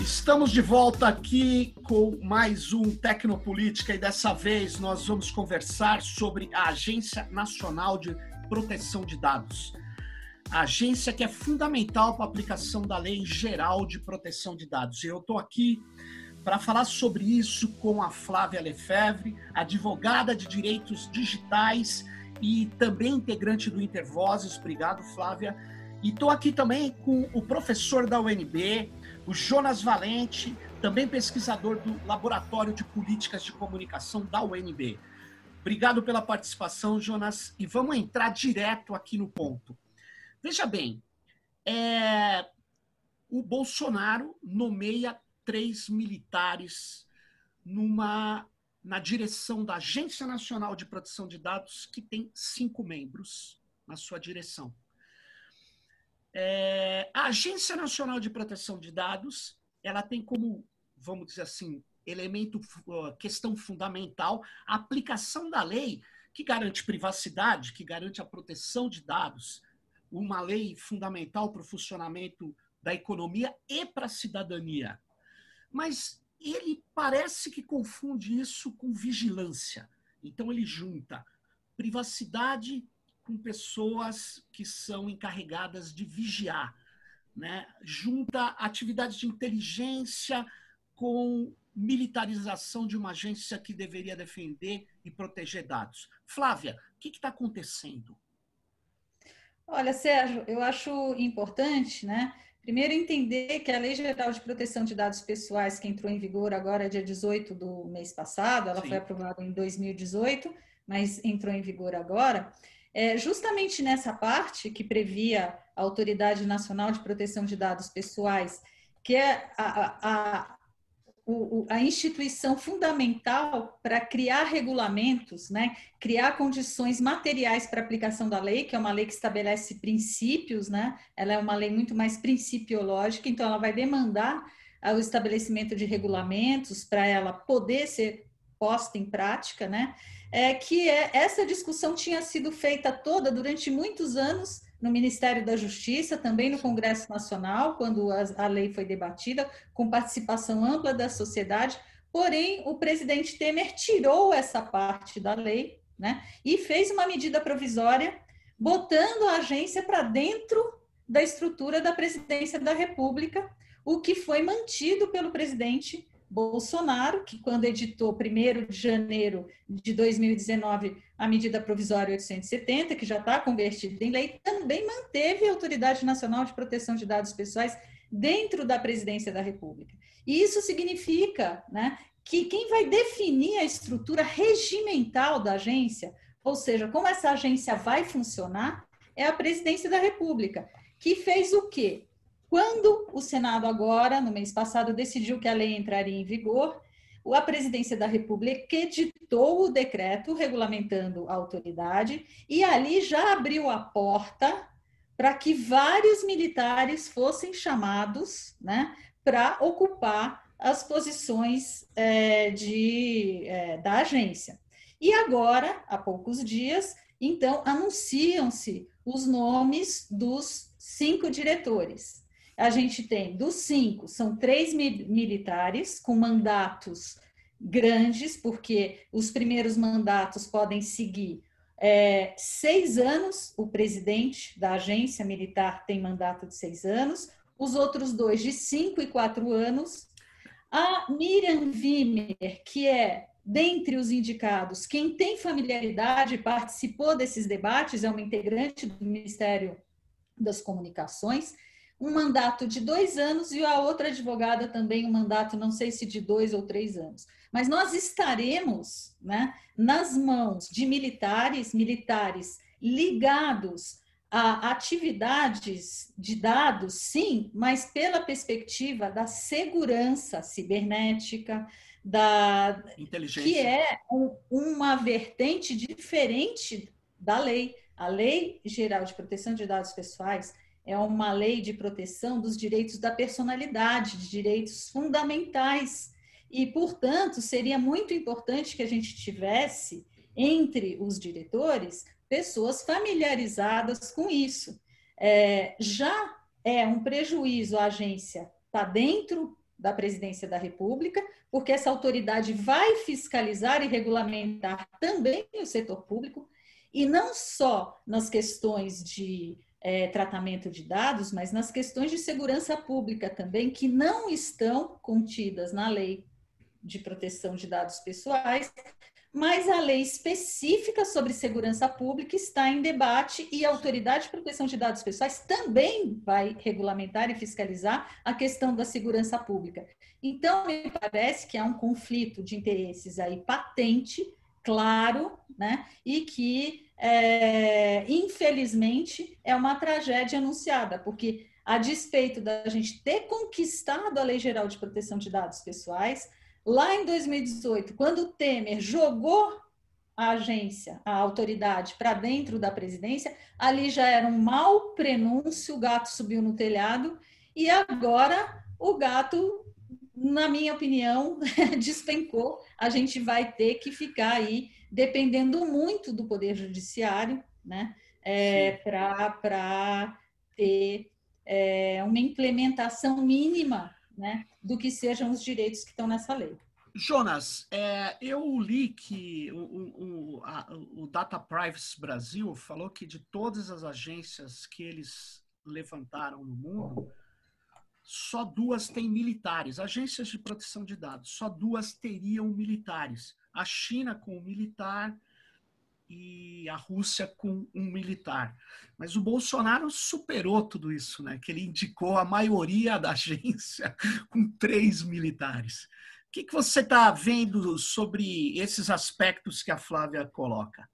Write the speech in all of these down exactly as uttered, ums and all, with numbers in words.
Estamos de volta aqui com mais um Tecnopolítica e dessa vez nós vamos conversar sobre a Agência Nacional de Proteção de Dados. A agência que é fundamental para a aplicação da Lei Geral de Proteção de Dados. Eu estou aqui para falar sobre isso com a Flávia Lefebvre, advogada de direitos digitais e também integrante do Intervozes. Obrigado, Flávia. E estou aqui também com o professor da U N B, o Jonas Valente, também pesquisador do Laboratório de Políticas de Comunicação da U N B. Obrigado pela participação, Jonas, e vamos entrar direto aqui no ponto. Veja bem, é, o Bolsonaro nomeia três militares numa, na direção da Agência Nacional de Proteção de Dados, que tem cinco membros na sua direção. É, a Agência Nacional de Proteção de Dados, ela tem como, vamos dizer assim, elemento, questão fundamental, a aplicação da lei que garante privacidade, que garante a proteção de dados, uma lei fundamental para o funcionamento da economia e para a cidadania. Mas ele parece que confunde isso com vigilância. Então ele junta privacidade com pessoas que são encarregadas de vigiar, né? Junta atividades de inteligência com militarização de uma agência que deveria defender e proteger dados. Flávia, o que está acontecendo? Olha, Sérgio, eu acho importante, né? Primeiro entender que a Lei Geral de Proteção de Dados Pessoais, que entrou em vigor agora dia dezoito do mês passado, ela Sim. foi aprovada em dois mil e dezoito, mas entrou em vigor agora, é justamente nessa parte que previa a Autoridade Nacional de Proteção de Dados Pessoais, que é a, a, a, a instituição fundamental para criar regulamentos, né? Criar condições materiais para a aplicação da lei, que é uma lei que estabelece princípios, né? Ela é uma lei muito mais principiológica, então ela vai demandar o estabelecimento de regulamentos para ela poder ser posta em prática, né? É que é, essa discussão tinha sido feita toda durante muitos anos no Ministério da Justiça, também no Congresso Nacional, quando a, a lei foi debatida, com participação ampla da sociedade, porém o presidente Temer tirou essa parte da lei, né? E fez uma medida provisória, botando a agência para dentro da estrutura da Presidência da República, o que foi mantido pelo presidente Bolsonaro, que quando editou primeiro de janeiro de dois mil e dezenove a medida provisória oitocentos e setenta, que já está convertida em lei, também manteve a Autoridade Nacional de Proteção de Dados Pessoais dentro da Presidência da República. E isso significa, né, que quem vai definir a estrutura regimental da agência, ou seja, como essa agência vai funcionar, é a Presidência da República, que fez o quê? Quando o Senado agora, no mês passado, decidiu que a lei entraria em vigor, a Presidência da República editou o decreto regulamentando a autoridade e ali já abriu a porta para que vários militares fossem chamados, né, para ocupar as posições é, de, é, da agência. E agora, há poucos dias, então, anunciam-se os nomes dos cinco diretores. A gente tem, dos cinco, são três militares com mandatos grandes, porque os primeiros mandatos podem seguir é, seis anos, o presidente da agência militar tem mandato de seis anos, os outros dois de cinco e quatro anos. A Miriam Wimmer, que é, dentre os indicados, quem tem familiaridade, participou desses debates, é uma integrante do Ministério das Comunicações, um mandato de dois anos e a outra advogada também um mandato, não sei se de dois ou três anos. Mas nós estaremos, né, nas mãos de militares, militares ligados a atividades de dados, sim, mas pela perspectiva da segurança cibernética, da inteligência, que é um, uma vertente diferente da lei. A Lei Geral de Proteção de Dados Pessoais é uma lei de proteção dos direitos da personalidade, de direitos fundamentais. E, portanto, seria muito importante que a gente tivesse, entre os diretores, pessoas familiarizadas com isso. É, já é um prejuízo a agência estar dentro da Presidência da República, porque essa autoridade vai fiscalizar e regulamentar também o setor público, e não só nas questões de é, tratamento de dados, mas nas questões de segurança pública também, que não estão contidas na Lei de Proteção de Dados Pessoais, mas a lei específica sobre segurança pública está em debate e a Autoridade de Proteção de Dados Pessoais também vai regulamentar e fiscalizar a questão da segurança pública. Então, me parece que há um conflito de interesses aí patente, claro, né? E que, é, infelizmente, é uma tragédia anunciada, porque, a despeito da gente ter conquistado a Lei Geral de Proteção de Dados Pessoais, lá em dois mil e dezoito, quando o Temer jogou a agência, a autoridade, para dentro da presidência, ali já era um mau prenúncio, o gato subiu no telhado, e agora o gato, na minha opinião, despencou. A gente vai ter que ficar aí, dependendo muito do Poder Judiciário, né, é, para ter é, uma implementação mínima, né, do que sejam os direitos que estão nessa lei. Jonas, é, eu li que o, o, a, o Data Privacy Brasil falou que de todas as agências que eles levantaram no mundo, só duas têm militares, agências de proteção de dados, só duas teriam militares. A China com um militar e a Rússia com um militar. Mas o Bolsonaro superou tudo isso, né? Que ele indicou a maioria da agência com três militares. O que, que você está vendo sobre esses aspectos que a Flávia coloca?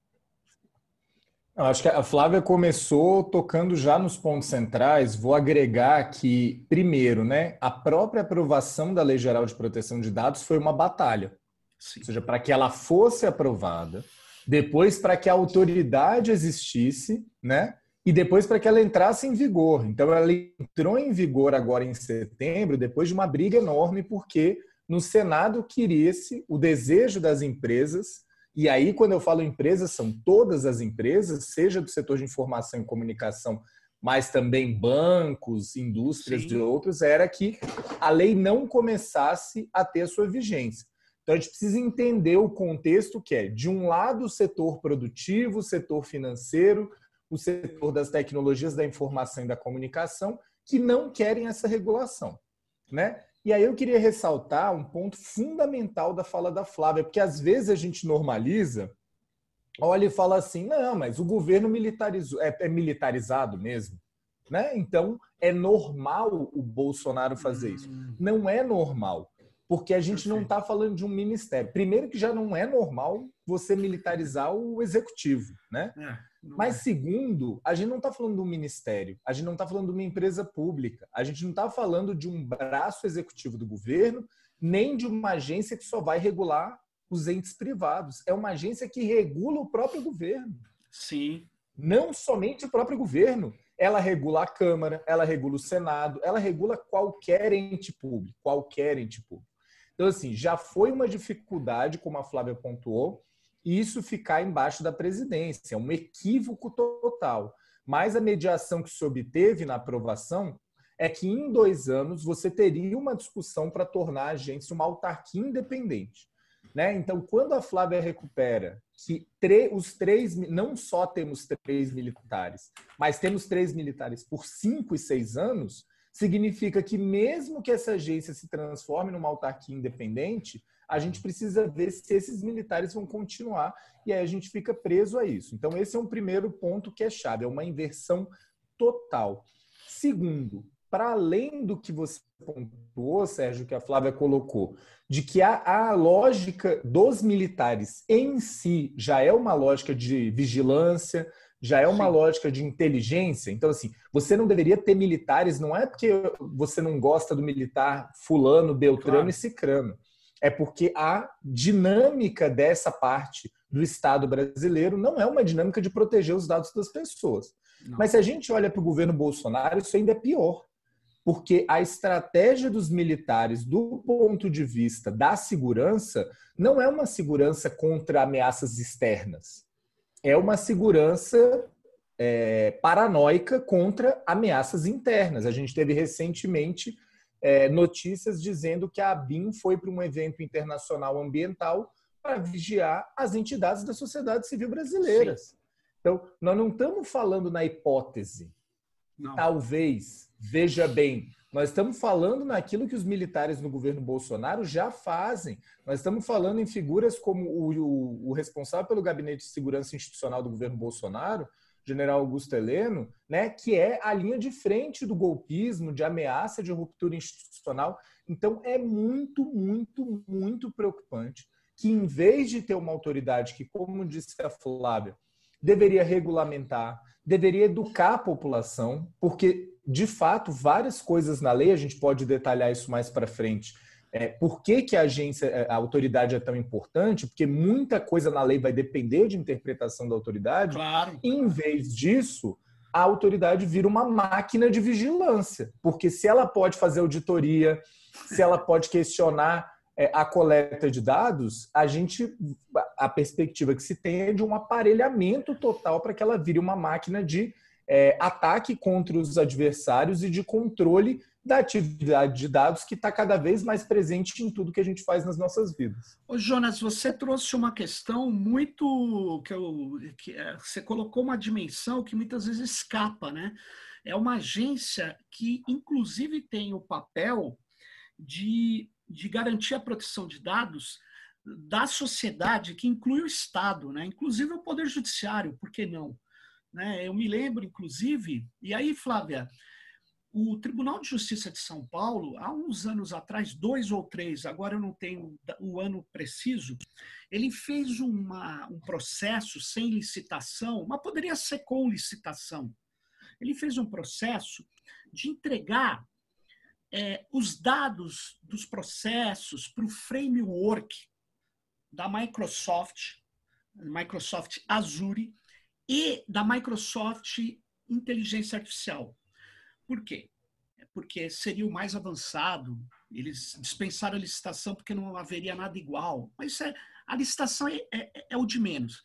Eu acho que a Flávia começou tocando já nos pontos centrais. Vou agregar que, primeiro, né, a própria aprovação da Lei Geral de Proteção de Dados foi uma batalha. Sim. Ou seja, para que ela fosse aprovada, depois para que a autoridade existisse, né? E depois para que ela entrasse em vigor. Então, ela entrou em vigor agora em setembro, depois de uma briga enorme, porque no Senado queria-se o desejo das empresas, e aí, quando eu falo empresas, são todas as empresas, seja do setor de informação e comunicação, mas também bancos, indústrias e outros, era que a lei não começasse a ter a sua vigência. Então, a gente precisa entender o contexto que é, de um lado, o setor produtivo, o setor financeiro, o setor das tecnologias da informação e da comunicação, que não querem essa regulação, né? E aí eu queria ressaltar um ponto fundamental da fala da Flávia, porque às vezes a gente normaliza, olha e fala assim, não, mas o governo militarizou, é, é militarizado mesmo, né? Então, é normal o Bolsonaro fazer isso. Não é normal. Porque a gente não está falando de um ministério. Primeiro que já não é normal você militarizar o executivo, né? É, Mas segundo, a gente não está falando de um ministério, a gente não está falando de uma empresa pública, a gente não está falando de um braço executivo do governo, nem de uma agência que só vai regular os entes privados. É uma agência que regula o próprio governo. Sim. Não somente o próprio governo. Ela regula a Câmara, ela regula o Senado, ela regula qualquer ente público, qualquer ente público. Então, assim, já foi uma dificuldade, como a Flávia pontuou, isso ficar embaixo da presidência. É um equívoco total. Mas a mediação que se obteve na aprovação é que em dois anos você teria uma discussão para tornar a agência uma autarquia independente, né? Então, quando a Flávia recupera que os três, não só temos três militares, mas temos três militares por cinco e seis anos, significa que mesmo que essa agência se transforme numa autarquia independente, a gente precisa ver se esses militares vão continuar e aí a gente fica preso a isso. Então, esse é um primeiro ponto que é chave, é uma inversão total. Segundo, para além do que você pontuou, Sérgio, que a Flávia colocou, de que a, a lógica dos militares em si já é uma lógica de vigilância, já é uma Sim. lógica de inteligência. Então, assim, você não deveria ter militares, não é porque você não gosta do militar fulano, beltrano claro. e cicrano. É porque a dinâmica dessa parte do Estado brasileiro não é uma dinâmica de proteger os dados das pessoas. Não. Mas se a gente olha para o governo Bolsonaro, isso ainda é pior. Porque a estratégia dos militares, do ponto de vista da segurança, não é uma segurança contra ameaças externas. É uma segurança é, paranoica contra ameaças internas. A gente teve recentemente é, notícias dizendo que a ABIN foi para um evento internacional ambiental para vigiar as entidades da sociedade civil brasileiras. Sim. Então, nós não estamos falando na hipótese. Não. Talvez, veja bem, nós estamos falando naquilo que os militares no governo Bolsonaro já fazem. Nós estamos falando em figuras como o, o, o responsável pelo Gabinete de Segurança Institucional do governo Bolsonaro, general Augusto Heleno, né, que é a linha de frente do golpismo, de ameaça de ruptura institucional. Então, é muito, muito, muito preocupante que, em vez de ter uma autoridade que, como disse a Flávia, deveria regulamentar, deveria educar a população, porque, de fato, várias coisas na lei, a gente pode detalhar isso mais para frente. É, por que, que a agência, a autoridade é tão importante? Porque muita coisa na lei vai depender de interpretação da autoridade. Claro. Em vez disso, a autoridade vira uma máquina de vigilância, porque se ela pode fazer auditoria, se ela pode questionar a coleta de dados, a gente, a perspectiva que se tem é de um aparelhamento total para que ela vire uma máquina de é, ataque contra os adversários e de controle da atividade de dados que está cada vez mais presente em tudo que a gente faz nas nossas vidas. Ô Jonas, você trouxe uma questão muito... que, eu, que você colocou uma dimensão que muitas vezes escapa, né? É uma agência que, inclusive, tem o papel de... de garantir a proteção de dados da sociedade, que inclui o Estado, né? Inclusive o Poder Judiciário, por que não? Né? Eu me lembro, inclusive, e aí, Flávia, o Tribunal de Justiça de São Paulo, há uns anos atrás, dois ou três, agora eu não tenho o ano preciso, ele fez uma, um processo sem licitação, mas poderia ser com licitação. Ele fez um processo de entregar É, os dados dos processos para o framework da Microsoft, Microsoft Azure e da Microsoft Inteligência Artificial. Por quê? Porque seria o mais avançado, eles dispensaram a licitação porque não haveria nada igual, mas é, a licitação é, é, é o de menos.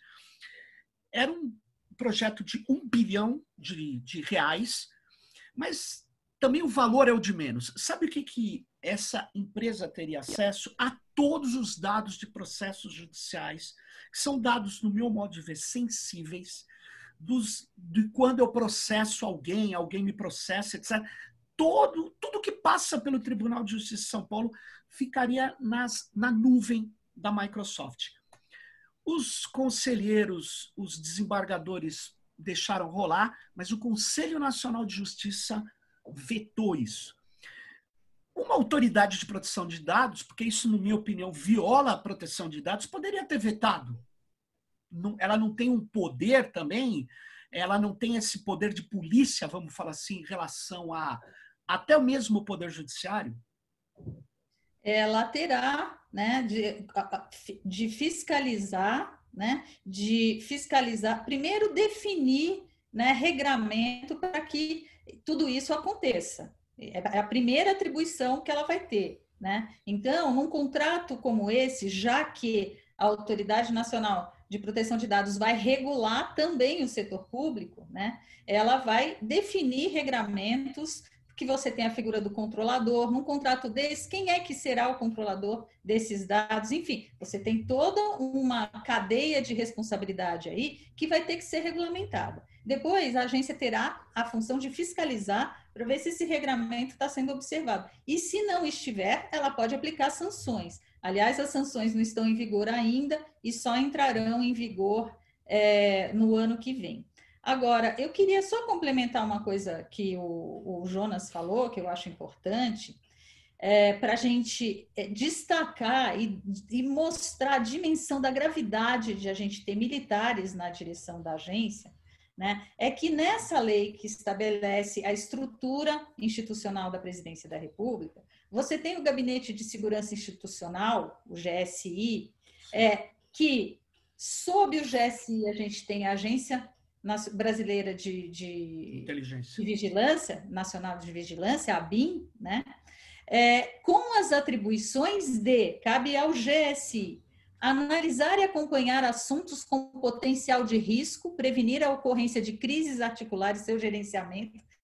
Era um projeto de um bilhão de, de reais, mas também o valor é o de menos. Sabe o que, que essa empresa teria acesso? A todos os dados de processos judiciais, que são dados, no meu modo de ver, sensíveis, dos, de quando eu processo alguém, alguém me processa, etcétera. Todo, tudo que passa pelo Tribunal de Justiça de São Paulo ficaria nas, na nuvem da Microsoft. Os conselheiros, os desembargadores deixaram rolar, mas o Conselho Nacional de Justiça vetou isso. Uma autoridade de proteção de dados, porque isso, na minha opinião, viola a proteção de dados, poderia ter vetado. Não, ela não tem um poder também, ela não tem esse poder de polícia, vamos falar assim, em relação a até o mesmo poder judiciário? Ela terá, né, de, de fiscalizar, né, de fiscalizar, primeiro definir, né, regramento para que tudo isso aconteça. É a primeira atribuição que ela vai ter, né? Então, num contrato como esse, já que a Autoridade Nacional de Proteção de Dados vai regular também o setor público, né? Ela vai definir regramentos, que você tem a figura do controlador. Num contrato desse, quem é que será o controlador desses dados? Enfim, você tem toda uma cadeia de responsabilidade aí que vai ter que ser regulamentada. Depois, a agência terá a função de fiscalizar para ver se esse regramento está sendo observado. E se não estiver, ela pode aplicar sanções. Aliás, as sanções não estão em vigor ainda e só entrarão em vigor é, no ano que vem. Agora, eu queria só complementar uma coisa que o, o Jonas falou, que eu acho importante, é, para a gente destacar e, e mostrar a dimensão da gravidade de a gente ter militares na direção da agência, né? É que nessa lei que estabelece a estrutura institucional da Presidência da República, você tem o Gabinete de Segurança Institucional, o G S I, é, que sob o G S I a gente tem a Agência Brasileira de, de, de Vigilância, Nacional de Vigilância, a ABIN, né? É, com as atribuições de, cabe ao G S I, analisar e acompanhar assuntos com potencial de risco, prevenir a ocorrência de crises articulares e seu gerenciamento,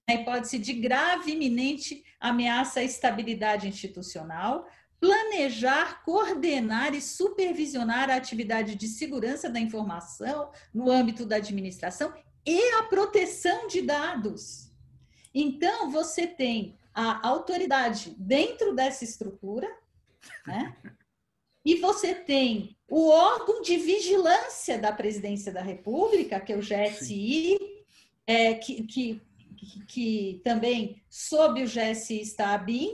na hipótese de grave iminente ameaça à estabilidade institucional, planejar, coordenar e supervisionar a atividade de segurança da informação no âmbito da administração e a proteção de dados. Então, você tem a autoridade dentro dessa estrutura, né? E você tem o órgão de vigilância da Presidência da República, que é o G S I, é, que, que, que também, sob o G S I, está a BIM,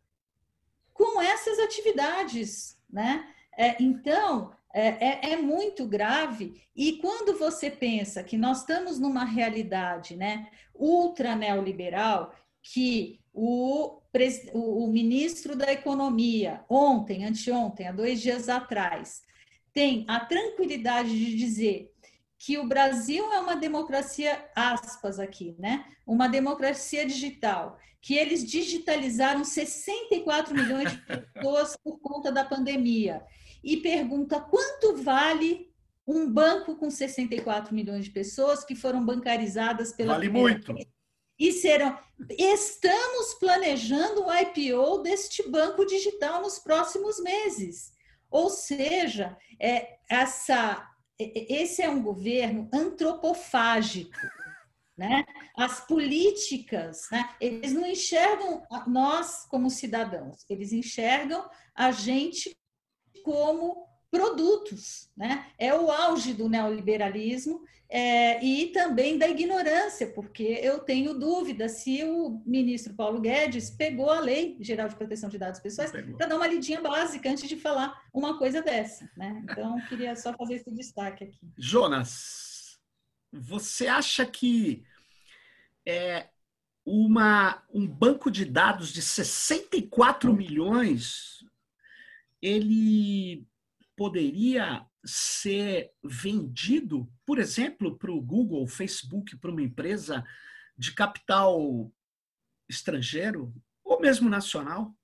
com essas atividades, né? É, então, é, é muito grave, e quando você pensa que nós estamos numa realidade, né, ultra neoliberal, que o, o, o ministro da Economia, ontem, anteontem, há dois dias atrás, tem a tranquilidade de dizer que o Brasil é uma democracia, aspas aqui, né? Uma democracia digital, que eles digitalizaram sessenta e quatro milhões de pessoas por conta da pandemia. E pergunta quanto vale um banco com sessenta e quatro milhões de pessoas que foram bancarizadas pela Vale muito. Vez. E serão... Estamos planejando o I P O deste banco digital nos próximos meses. Ou seja, é, essa... esse é um governo antropofágico, né? As políticas, né? Eles não enxergam nós como cidadãos, eles enxergam a gente como produtos, né? É o auge do neoliberalismo é, e também da ignorância, porque eu tenho dúvida se o ministro Paulo Guedes pegou a Lei Geral de Proteção de Dados Pessoais para dar uma lidinha básica antes de falar uma coisa dessa, né? Então, queria só fazer esse destaque aqui. Jonas, você acha que é, uma, um banco de dados de sessenta e quatro milhões, ele poderia ser vendido, por exemplo, para o Google, Facebook, para uma empresa de capital estrangeiro ou mesmo nacional?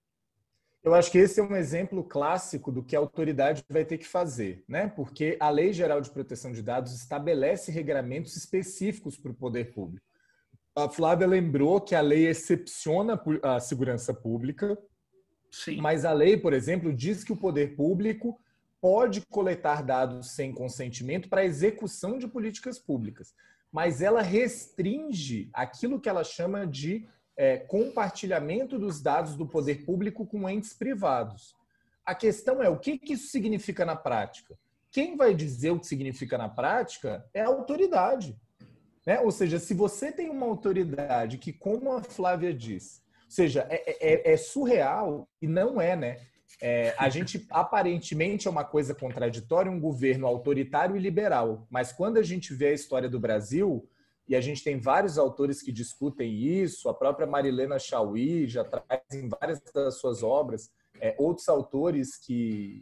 Eu acho que esse é um exemplo clássico do que a autoridade vai ter que fazer, né? Porque a Lei Geral de Proteção de Dados estabelece regramentos específicos para o poder público. A Flávia lembrou que a lei excepciona a segurança pública, sim, mas a lei, por exemplo, diz que o poder público pode coletar dados sem consentimento para execução de políticas públicas, mas ela restringe aquilo que ela chama de é, compartilhamento dos dados do poder público com entes privados. A questão é, o que isso significa na prática? Quem vai dizer o que significa na prática é a autoridade, né? Ou seja, se você tem uma autoridade que, como a Flávia diz, ou seja, é, é, é surreal e não é, né? É, a gente, aparentemente, é uma coisa contraditória, um governo autoritário e liberal. Mas quando a gente vê a história do Brasil, e a gente tem vários autores que discutem isso, a própria Marilena Chauí já traz em várias das suas obras, é, outros autores que,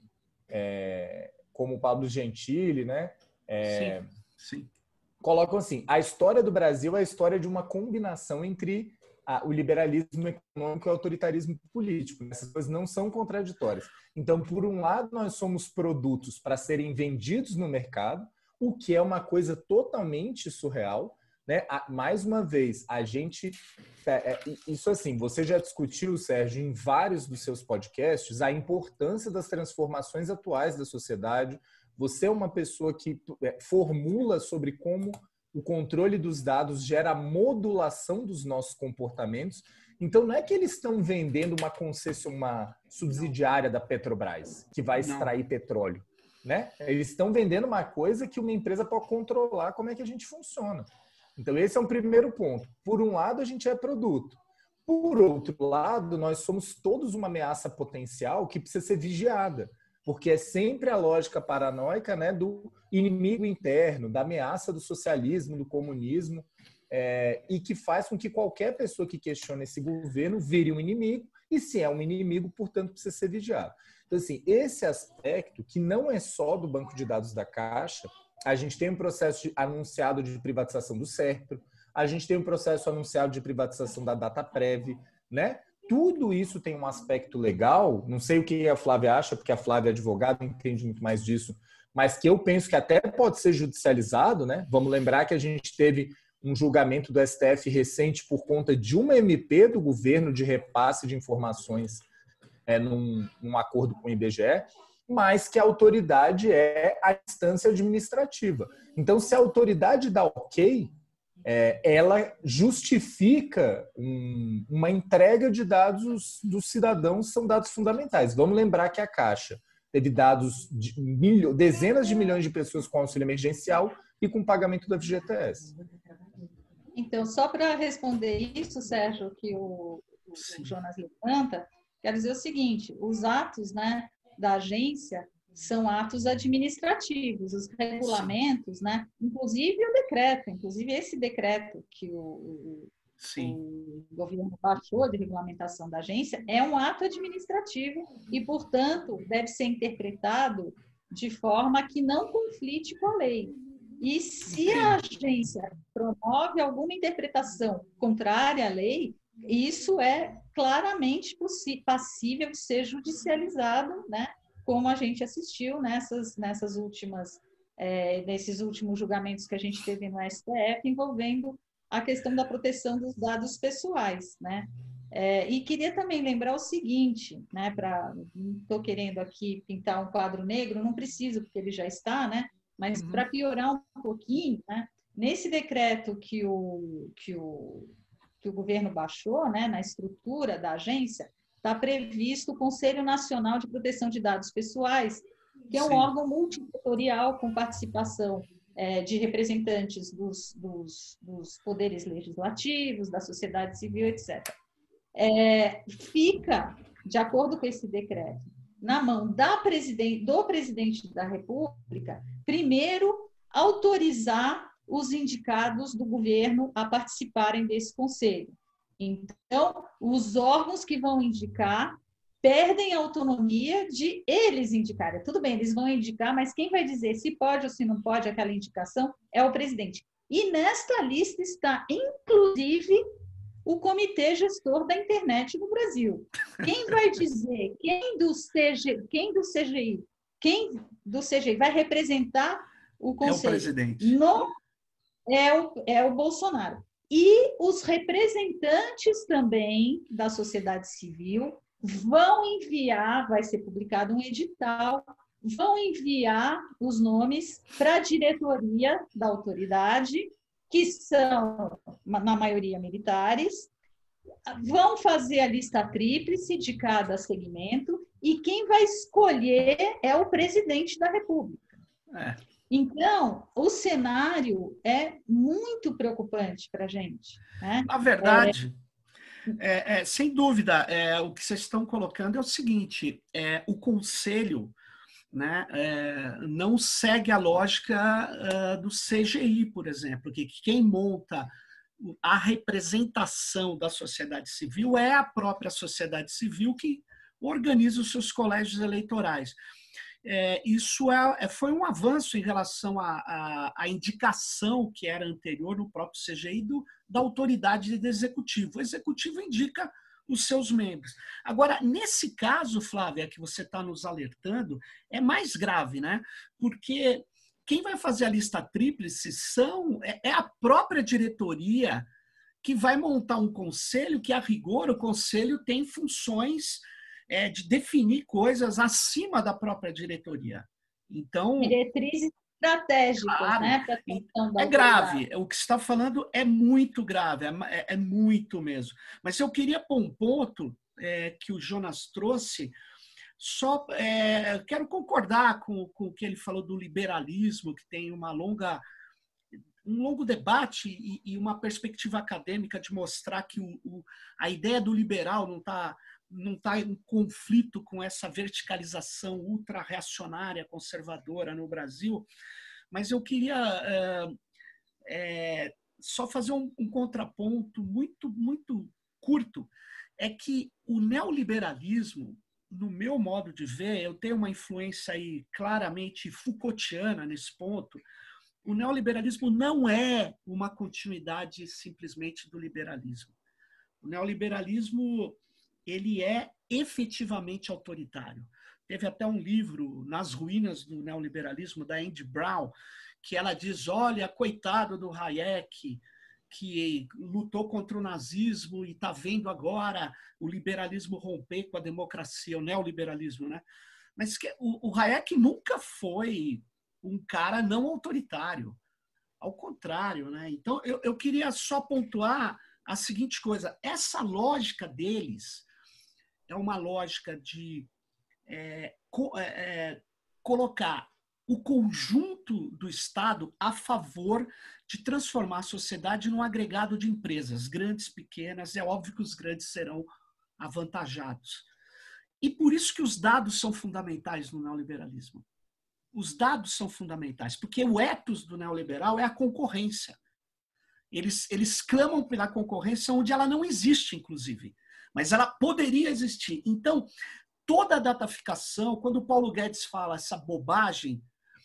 é, como o Pablo Gentili, né? É, sim, sim. colocam assim, a história do Brasil é a história de uma combinação entre o liberalismo econômico e o autoritarismo político. Essas coisas não são contraditórias. Então, por um lado, nós somos produtos para serem vendidos no mercado, o que é uma coisa totalmente surreal, né? Mais uma vez, a gente... Isso assim, você já discutiu, Sérgio, em vários dos seus podcasts, a importância das transformações atuais da sociedade. Você é uma pessoa que formula sobre como o controle dos dados gera a modulação dos nossos comportamentos. Então, não é que eles estão vendendo uma concessão, uma subsidiária da Petrobras, que vai extrair não. petróleo, né? Eles estão vendendo uma coisa que uma empresa pode controlar como é que a gente funciona. Então, esse é um primeiro ponto. Por um lado, a gente é produto. Por outro lado, nós somos todos uma ameaça potencial que precisa ser vigiada. Porque é sempre a lógica paranoica, né, do inimigo interno, da ameaça do socialismo, do comunismo, é, e que faz com que qualquer pessoa que questione esse governo vire um inimigo, e se é um inimigo, portanto, precisa ser vigiado. Então, assim, esse aspecto, que não é só do banco de dados da Caixa, a gente tem um processo de, anunciado de privatização do Serpro, a gente tem um processo anunciado de privatização da Dataprev, né? Tudo isso tem um aspecto legal, não sei o que a Flávia acha, porque a Flávia é advogada, entende muito mais disso, mas que eu penso que até pode ser judicializado, né? Vamos lembrar que a gente teve um julgamento do S T F recente por conta de uma M P do governo de repasse de informações é, num, num acordo com o I B G E, mas que a autoridade é a instância administrativa. Então, se a autoridade dá ok, é, ela justifica um, uma entrega de dados dos cidadãos, são dados fundamentais. Vamos lembrar que a Caixa teve dados de milho, dezenas de milhões de pessoas com auxílio emergencial e com pagamento do F G T S. Então, só para responder isso, Sérgio, que o, o Jonas levanta, quero dizer o seguinte, os atos, né, da agência são atos administrativos, os regulamentos, né, inclusive o decreto, inclusive esse decreto que o, o, o governo baixou de regulamentação da agência, é um ato administrativo e, portanto, deve ser interpretado de forma que não conflite com a lei. E se a agência promove alguma interpretação contrária à lei, isso é claramente passível de ser judicializado, né? Como a gente assistiu nessas, nessas últimas, é, nesses últimos julgamentos que a gente teve no S T F, envolvendo a questão da proteção dos dados pessoais, né? É, e queria também lembrar o seguinte, né? Para, não estou querendo aqui pintar um quadro negro, não preciso, porque ele já está, né? Mas uhum. Para piorar um pouquinho, né? Nesse decreto que o, que o que o governo baixou, né, na estrutura da agência, está previsto o Conselho Nacional de Proteção de Dados Pessoais, que é um Sim. órgão multissetorial com participação é, de representantes dos, dos, dos poderes legislativos, da sociedade civil, etcétera. É, fica, de acordo com esse decreto, na mão da presidente, do presidente da República, primeiro, autorizar os indicados do governo a participarem desse conselho. Então, os órgãos que vão indicar perdem a autonomia de eles indicarem. Tudo bem, eles vão indicar, mas quem vai dizer se pode ou se não pode aquela indicação é o presidente. E nesta lista está, inclusive, o Comitê Gestor da Internet no Brasil. Quem vai dizer, quem do C G, quem do C G I, quem do C G I vai representar o conselho? É o presidente. No É o, é o Bolsonaro. E os representantes também da sociedade civil vão enviar, vai ser publicado um edital, vão enviar os nomes para a diretoria da autoridade, que são, na maioria, militares, vão fazer a lista tríplice de cada segmento e quem vai escolher é o presidente da República. É. Então, o cenário é muito preocupante para a gente. Né? Na verdade, é... É, é, sem dúvida, é, o que vocês estão colocando é o seguinte, é, o Conselho, né, é, não segue a lógica uh, do C G I, por exemplo, que quem monta a representação da sociedade civil é a própria sociedade civil que organiza os seus colégios eleitorais. É, isso é, foi um avanço em relação à, à indicação que era anterior no próprio C G I do, da autoridade do executivo. O executivo indica os seus membros. Agora, nesse caso, Flávia, que você está nos alertando, é mais grave, né? Porque quem vai fazer a lista tríplice são, é, é a própria diretoria que vai montar um conselho que, a rigor, o conselho tem funções É, de definir coisas acima da própria diretoria. Então, diretrizes estratégicas, claro, né? É grave. O que você está falando é muito grave, é, é muito mesmo. Mas eu queria pôr um ponto é, que o Jonas trouxe. Só é, quero concordar com, com o que ele falou do liberalismo, que tem uma longa um longo debate e, e uma perspectiva acadêmica de mostrar que o, o, a ideia do liberal não está não está em conflito com essa verticalização ultra-reacionária, conservadora no Brasil, mas eu queria é, é, só fazer um, um contraponto muito, muito curto, é que o neoliberalismo, no meu modo de ver, eu tenho uma influência aí claramente Foucaultiana nesse ponto, o neoliberalismo não é uma continuidade simplesmente do liberalismo. O neoliberalismo ele é efetivamente autoritário. Teve até um livro, Nas Ruínas do Neoliberalismo, da Andy Brown, que ela diz, olha, coitado do Hayek, que lutou contra o nazismo e está vendo agora o liberalismo romper com a democracia, o neoliberalismo, né? Mas que, o, o Hayek nunca foi um cara não autoritário. Ao contrário, né? Então, eu, eu queria só pontuar a seguinte coisa. Essa lógica deles é uma lógica de é, co, é, colocar o conjunto do Estado a favor de transformar a sociedade num agregado de empresas, grandes, pequenas. É óbvio que os grandes serão avantajados. E por isso que os dados são fundamentais no neoliberalismo. Os dados são fundamentais, porque o ethos do neoliberal é a concorrência. Eles, eles clamam pela concorrência onde ela não existe, inclusive, mas ela poderia existir. Então, toda a dataficação, quando o Paulo Guedes fala essa bobagem,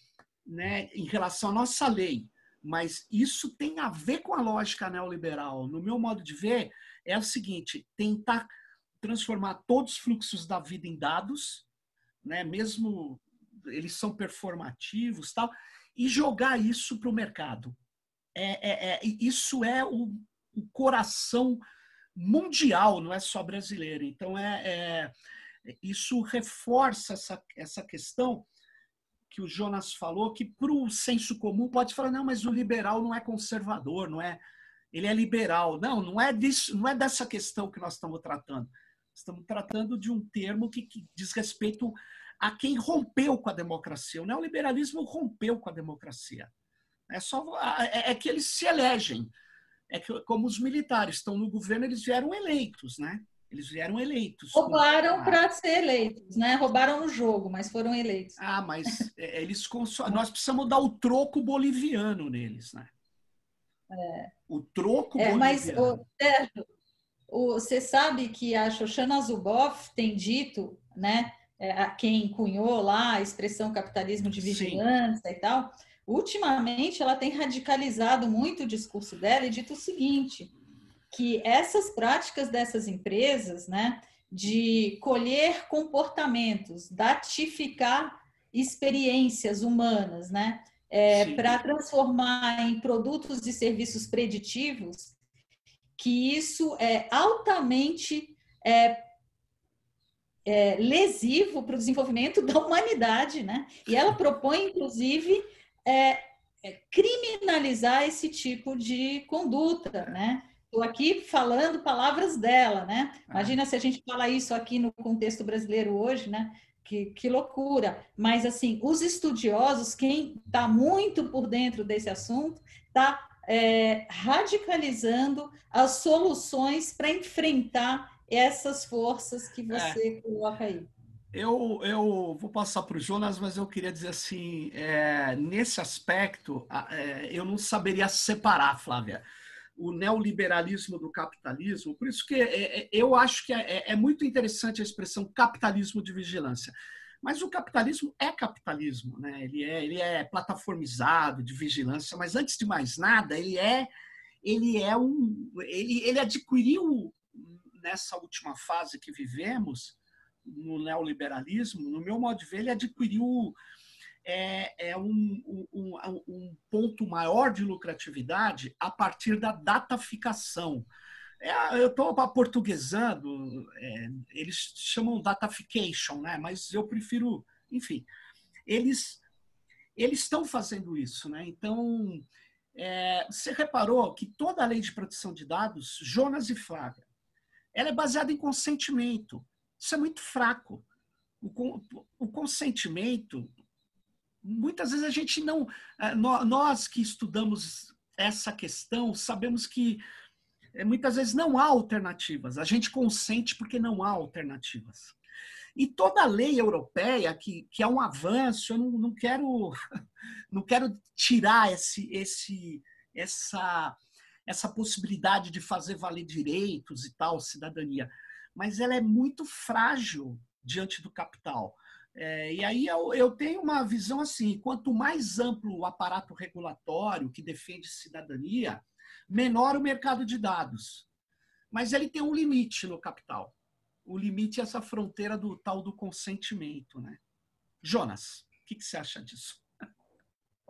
né, em relação à nossa lei, mas isso tem a ver com a lógica neoliberal. No meu modo de ver, é o seguinte, tentar transformar todos os fluxos da vida em dados, né, mesmo eles são performativos, tal, e jogar isso para o mercado. É, é, é, isso é o, o coração mundial, não é só brasileiro. Então, é, é, isso reforça essa, essa questão que o Jonas falou, que para o senso comum pode falar, não, mas o liberal não é conservador, não é, ele é liberal. Não, não é, disso, não é dessa questão que nós estamos tratando. Estamos tratando de um termo que, que diz respeito a quem rompeu com a democracia. O neoliberalismo rompeu com a democracia. É, só, é, é que eles se elegem. É que, como os militares estão no governo, eles vieram eleitos, né? Eles vieram eleitos. Roubaram para ser eleitos, né? Roubaram no jogo, mas foram eleitos. Ah, mas eles nós precisamos dar o troco boliviano neles, né? É. O troco é, boliviano. Mas, o, Sérgio, o, você sabe que a Shoshana Zuboff tem dito, né? É, quem cunhou lá a expressão capitalismo de vigilância Sim. e tal, ultimamente ela tem radicalizado muito o discurso dela e dito o seguinte, que essas práticas dessas empresas, né, de colher comportamentos, datificar experiências humanas, né, é, para transformar em produtos e serviços preditivos, que isso é altamente é, é, lesivo para o desenvolvimento da humanidade, né? E ela propõe, inclusive, é, é, criminalizar esse tipo de conduta, né? Estou aqui falando palavras dela, né? Imagina se a gente fala isso aqui no contexto brasileiro hoje, né? Que, que loucura! Mas, assim, os estudiosos, quem está muito por dentro desse assunto, está é, radicalizando as soluções para enfrentar essas forças que você é, coloca aí. Eu, eu vou passar para o Jonas, mas eu queria dizer assim, é, nesse aspecto, é, eu não saberia separar, Flávia, o neoliberalismo do capitalismo. Por isso que é, eu acho que é, é muito interessante a expressão capitalismo de vigilância. Mas o capitalismo é capitalismo, né? Ele é, ele é plataformizado de vigilância, mas antes de mais nada, ele é, ele é um, ele, ele adquiriu nessa última fase que vivemos no neoliberalismo, no meu modo de ver, ele adquiriu é, é um, um, um ponto maior de lucratividade a partir da dataficação. É, eu estou aportuguesando, é, eles chamam datafication, né? Mas eu prefiro, enfim, eles eles estão fazendo isso, né? Então, é, você reparou que toda a lei de proteção de dados, Jonas e Flávia, ela é baseada em consentimento. Isso é muito fraco. O, o consentimento, muitas vezes a gente não... Nós que estudamos essa questão, sabemos que muitas vezes não há alternativas. A gente consente porque não há alternativas. E toda a lei europeia, que, que é um avanço, eu não, não, quero, não quero tirar esse, esse, essa... essa possibilidade de fazer valer direitos e tal, cidadania, mas ela é muito frágil diante do capital. É, e aí eu, eu tenho uma visão assim, quanto mais amplo o aparato regulatório que defende cidadania, menor o mercado de dados. Mas ele tem um limite no capital. O limite é essa fronteira do tal do consentimento, né? Jonas, o que, que você acha disso?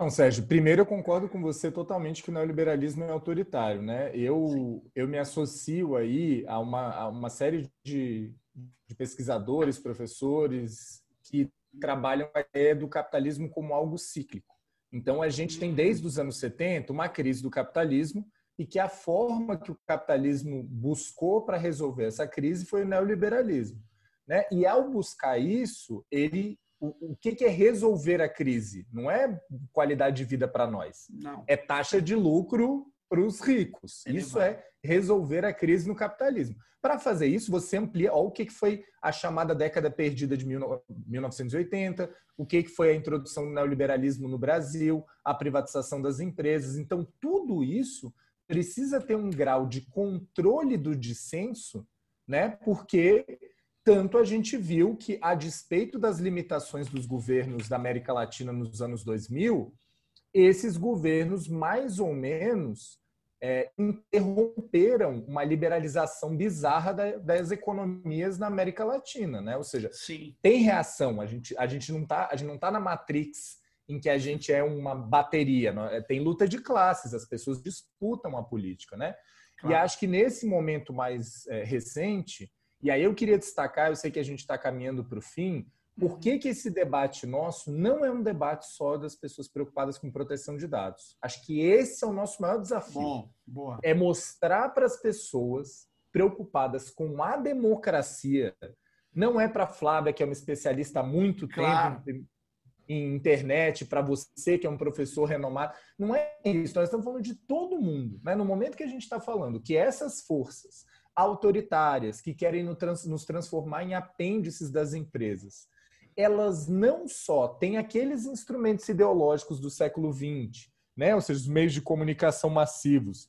Não, Sérgio, primeiro eu concordo com você totalmente que o neoliberalismo é autoritário, né? Eu, eu me associo aí a uma, a uma série de, de pesquisadores, professores que trabalham a ideia do capitalismo como algo cíclico. Então, a gente tem desde os anos setenta uma crise do capitalismo e que a forma que o capitalismo buscou para resolver essa crise foi o neoliberalismo, né? E ao buscar isso, ele o, o que, que é resolver a crise? Não é qualidade de vida para nós, Não. É taxa de lucro para os ricos. Ele isso vai. é resolver a crise no capitalismo. Para fazer isso, você amplia. Olha o que, que foi a chamada década perdida de mil novecentos e oitenta, o que, que foi a introdução do neoliberalismo no Brasil, a privatização das empresas. Então, tudo isso precisa ter um grau de controle do dissenso, né? Porque tanto a gente viu que, a despeito das limitações dos governos da América Latina nos anos dois mil, esses governos, mais ou menos, é, interromperam uma liberalização bizarra da, das economias na América Latina, né? Ou seja, Sim. tem reação. A gente, a gente não está, a gente não tá na Matrix em que a gente é uma bateria. Né? Tem luta de classes, as pessoas disputam a política, né? Claro. E acho que nesse momento mais é, recente, e aí eu queria destacar, eu sei que a gente está caminhando para o fim, por que, que esse debate nosso não é um debate só das pessoas preocupadas com proteção de dados? Acho que esse é o nosso maior desafio. Bom, boa. É mostrar para as pessoas preocupadas com a democracia, não é para a Flávia, que é uma especialista há muito Claro. tempo em internet, para você, que é um professor renomado. Não é isso, nós estamos falando de todo mundo. Né? No momento que a gente está falando que essas forças autoritárias que querem nos transformar em apêndices das empresas, elas não só têm aqueles instrumentos ideológicos do século vinte, né? Ou seja, os meios de comunicação massivos,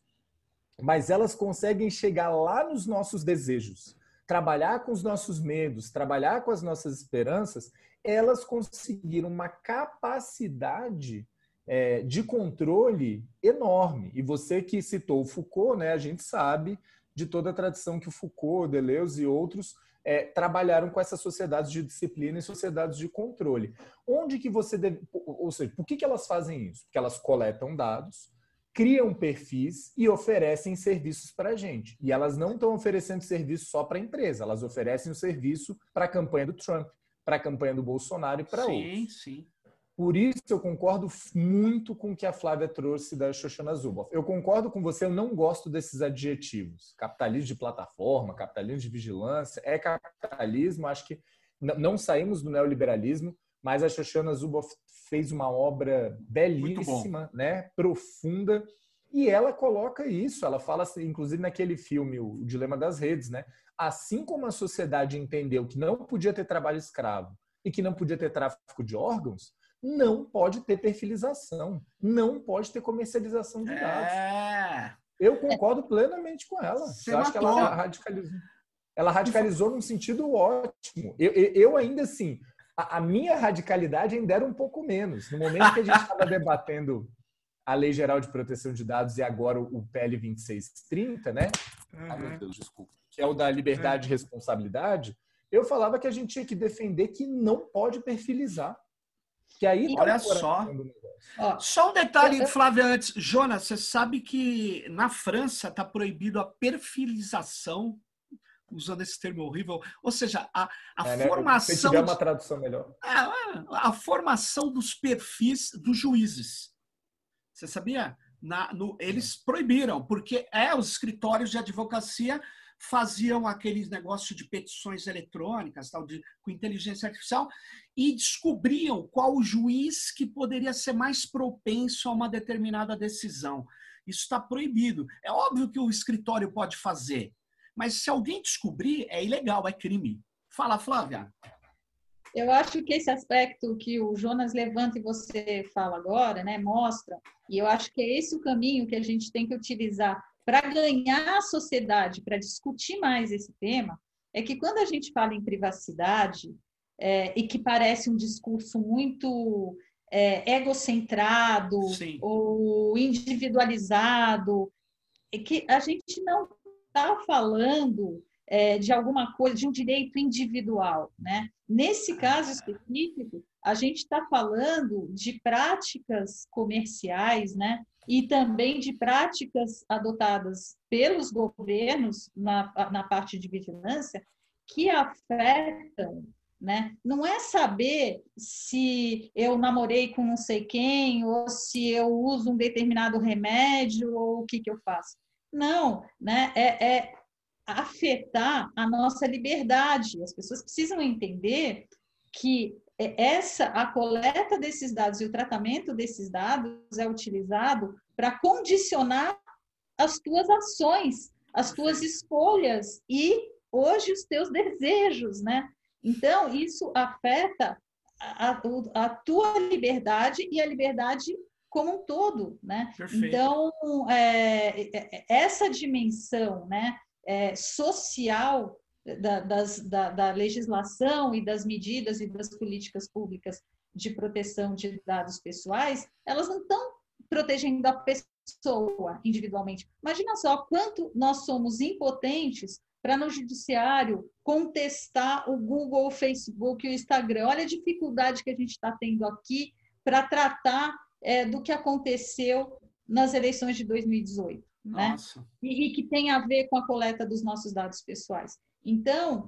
mas elas conseguem chegar lá nos nossos desejos, trabalhar com os nossos medos, trabalhar com as nossas esperanças. Elas conseguiram uma capacidade é, de controle enorme. E você que citou o Foucault, né? A gente sabe de toda a tradição que o Foucault, Deleuze e outros É, trabalharam com essas sociedades de disciplina e sociedades de controle. Onde que você deve... Ou seja, por que, que elas fazem isso? Porque elas coletam dados, criam perfis e oferecem serviços para a gente. E elas não estão oferecendo serviço só para a empresa, elas oferecem o serviço para a campanha do Trump, para a campanha do Bolsonaro e para outros. Sim, sim. Por isso eu concordo muito com o que a Flávia trouxe da Shoshana Zuboff. Eu concordo com você, eu não gosto desses adjetivos. Capitalismo de plataforma, capitalismo de vigilância. É capitalismo, acho que não saímos do neoliberalismo, mas a Shoshana Zuboff fez uma obra belíssima, né, profunda, e ela coloca isso, ela fala, inclusive naquele filme, O Dilema das Redes, né? Assim como a sociedade entendeu que não podia ter trabalho escravo e que não podia ter tráfico de órgãos, não pode ter perfilização, não pode ter comercialização de dados. É. Eu concordo plenamente com ela. Você eu acho matou. que ela radicalizou. Ela radicalizou num sentido ótimo. Eu, eu, eu ainda assim, a, a minha radicalidade ainda era um pouco menos. No momento que a gente estava debatendo a Lei Geral de Proteção de Dados e agora o P L vinte e seis trinta, né? Uhum. Ai, meu Deus, desculpa. Que é o da liberdade uhum. e responsabilidade, eu falava que a gente tinha que defender que não pode perfilizar. Que aí Olha só. Ó, só um detalhe, Flávia, antes. Jonas, você sabe que na França está proibido a perfilização, usando esse termo horrível, ou seja, a, a é, formação... Se tiver uma tradução melhor. A, a formação dos perfis dos juízes. Você sabia? Na, no, eles proibiram, porque é, os escritórios de advocacia faziam aqueles negócios de petições eletrônicas, tal, de, com inteligência artificial, e descobriam qual o juiz que poderia ser mais propenso a uma determinada decisão. Isso está proibido. É óbvio que o escritório pode fazer, mas se alguém descobrir, é ilegal, é crime. Fala, Flávia. Eu acho que esse aspecto que o Jonas levanta e você fala agora, né, mostra, e eu acho que é esse o caminho que a gente tem que utilizar para ganhar a sociedade, para discutir mais esse tema, é que quando a gente fala em privacidade, é, e que parece um discurso muito é, egocentrado, sim, ou individualizado, é que a gente não está falando é, de alguma coisa, de um direito individual, né? Nesse caso específico, a gente está falando de práticas comerciais, né? E também de práticas adotadas pelos governos na, na parte de vigilância que afetam, né? Não é saber se eu namorei com não sei quem, ou se eu uso um determinado remédio, ou o que, que eu faço. Não, né? é, é afetar a nossa liberdade. As pessoas precisam entender que essa, a coleta desses dados e o tratamento desses dados é utilizado para condicionar as tuas ações, as tuas escolhas e, hoje, os teus desejos, né? Então, isso afeta a, a, a tua liberdade e a liberdade como um todo, né? Perfeito. Então, é, essa dimensão, né, é, social Da, das, da, da legislação e das medidas e das políticas públicas de proteção de dados pessoais, elas não estão protegendo a pessoa individualmente. Imagina só quanto nós somos impotentes para no judiciário contestar o Google, o Facebook e o Instagram. Olha a dificuldade que a gente está tendo aqui para tratar é, do que aconteceu nas eleições de dois mil e dezoito. Nossa. Né? E, e que tem a ver com a coleta dos nossos dados pessoais. Então,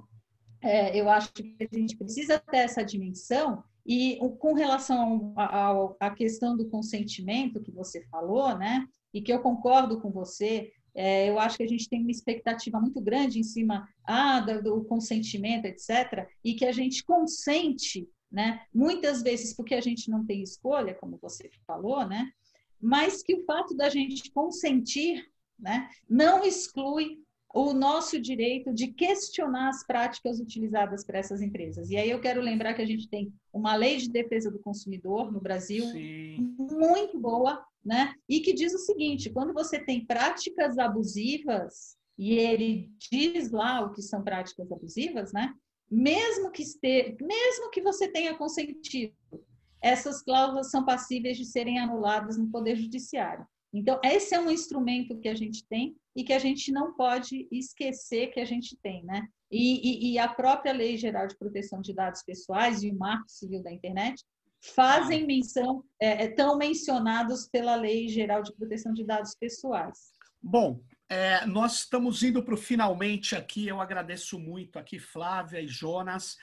é, eu acho que a gente precisa ter essa dimensão e com relação à questão do consentimento que você falou, né, e que eu concordo com você, é, eu acho que a gente tem uma expectativa muito grande em cima ah, do, do consentimento, etcétera, e que a gente consente, né, muitas vezes porque a gente não tem escolha, como você falou, né, mas que o fato da gente consentir, né, não exclui o nosso direito de questionar as práticas utilizadas por essas empresas. E aí eu quero lembrar que a gente tem uma lei de defesa do consumidor no Brasil, Sim. muito boa, né? E que diz o seguinte, quando você tem práticas abusivas, e ele diz lá o que são práticas abusivas, né? Mesmo que, este... Mesmo que você tenha consentido, essas cláusulas são passíveis de serem anuladas no Poder Judiciário. Então, esse é um instrumento que a gente tem e que a gente não pode esquecer que a gente tem, né? E, e, e a própria Lei Geral de Proteção de Dados Pessoais e o Marco Civil da Internet fazem ah. menção, é, estão mencionados pela Lei Geral de Proteção de Dados Pessoais. Bom, é, nós estamos indo para o finalmente aqui, eu agradeço muito aqui Flávia e Jonas,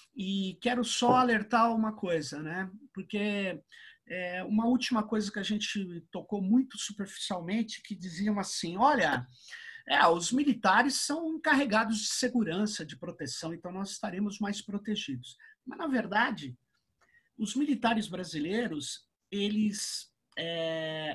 e quero só alertar uma coisa, né? Porque... É, uma última coisa que a gente tocou muito superficialmente, que diziam assim, olha, é, os militares são encarregados de segurança, de proteção, então nós estaremos mais protegidos. Mas, na verdade, os militares brasileiros, eles é,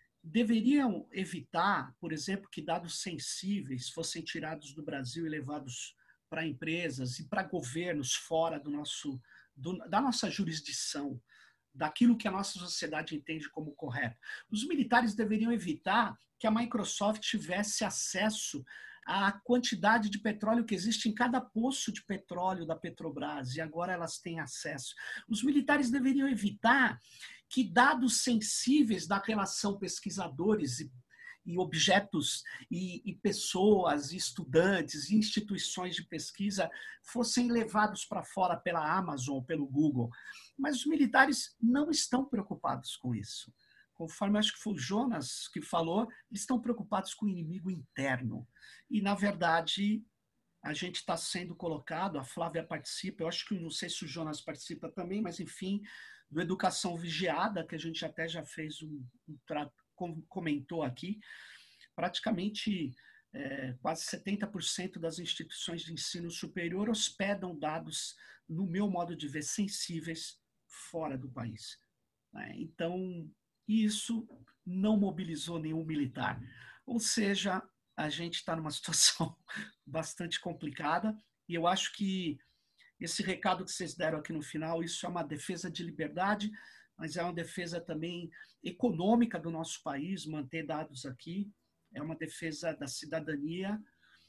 deveriam evitar, por exemplo, que dados sensíveis fossem tirados do Brasil e levados para empresas e para governos fora do nosso, do, da nossa jurisdição, daquilo que a nossa sociedade entende como correto. Os militares deveriam evitar que a Microsoft tivesse acesso à quantidade de petróleo que existe em cada poço de petróleo da Petrobras, e agora elas têm acesso. Os militares deveriam evitar que dados sensíveis da relação pesquisadores e e objetos, e, e pessoas, e estudantes, e instituições de pesquisa fossem levados para fora pela Amazon, pelo Google. Mas os militares não estão preocupados com isso. Conforme acho que foi o Jonas que falou, eles estão preocupados com o inimigo interno. E, na verdade, a gente está sendo colocado, a Flávia participa, eu acho que não sei se o Jonas participa também, mas, enfim, do Educação Vigiada, que a gente até já fez um, um trato, comentou aqui, praticamente é, quase setenta por cento das instituições de ensino superior hospedam dados, no meu modo de ver, sensíveis fora do país. Né? Então, isso não mobilizou nenhum militar. Ou seja, a gente está numa situação bastante complicada e eu acho que esse recado que vocês deram aqui no final, isso é uma defesa de liberdade, mas é uma defesa também econômica do nosso país, manter dados aqui, é uma defesa da cidadania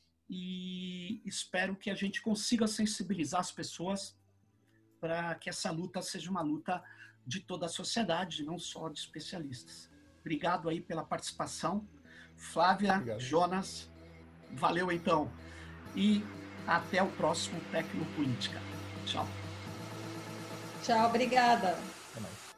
e espero que a gente consiga sensibilizar as pessoas para que essa luta seja uma luta de toda a sociedade, não só de especialistas. Obrigado aí pela participação. Flávia, Obrigado. Jonas, valeu então. E até o próximo Tecnopolítica. Tchau. Tchau, obrigada. Até mais.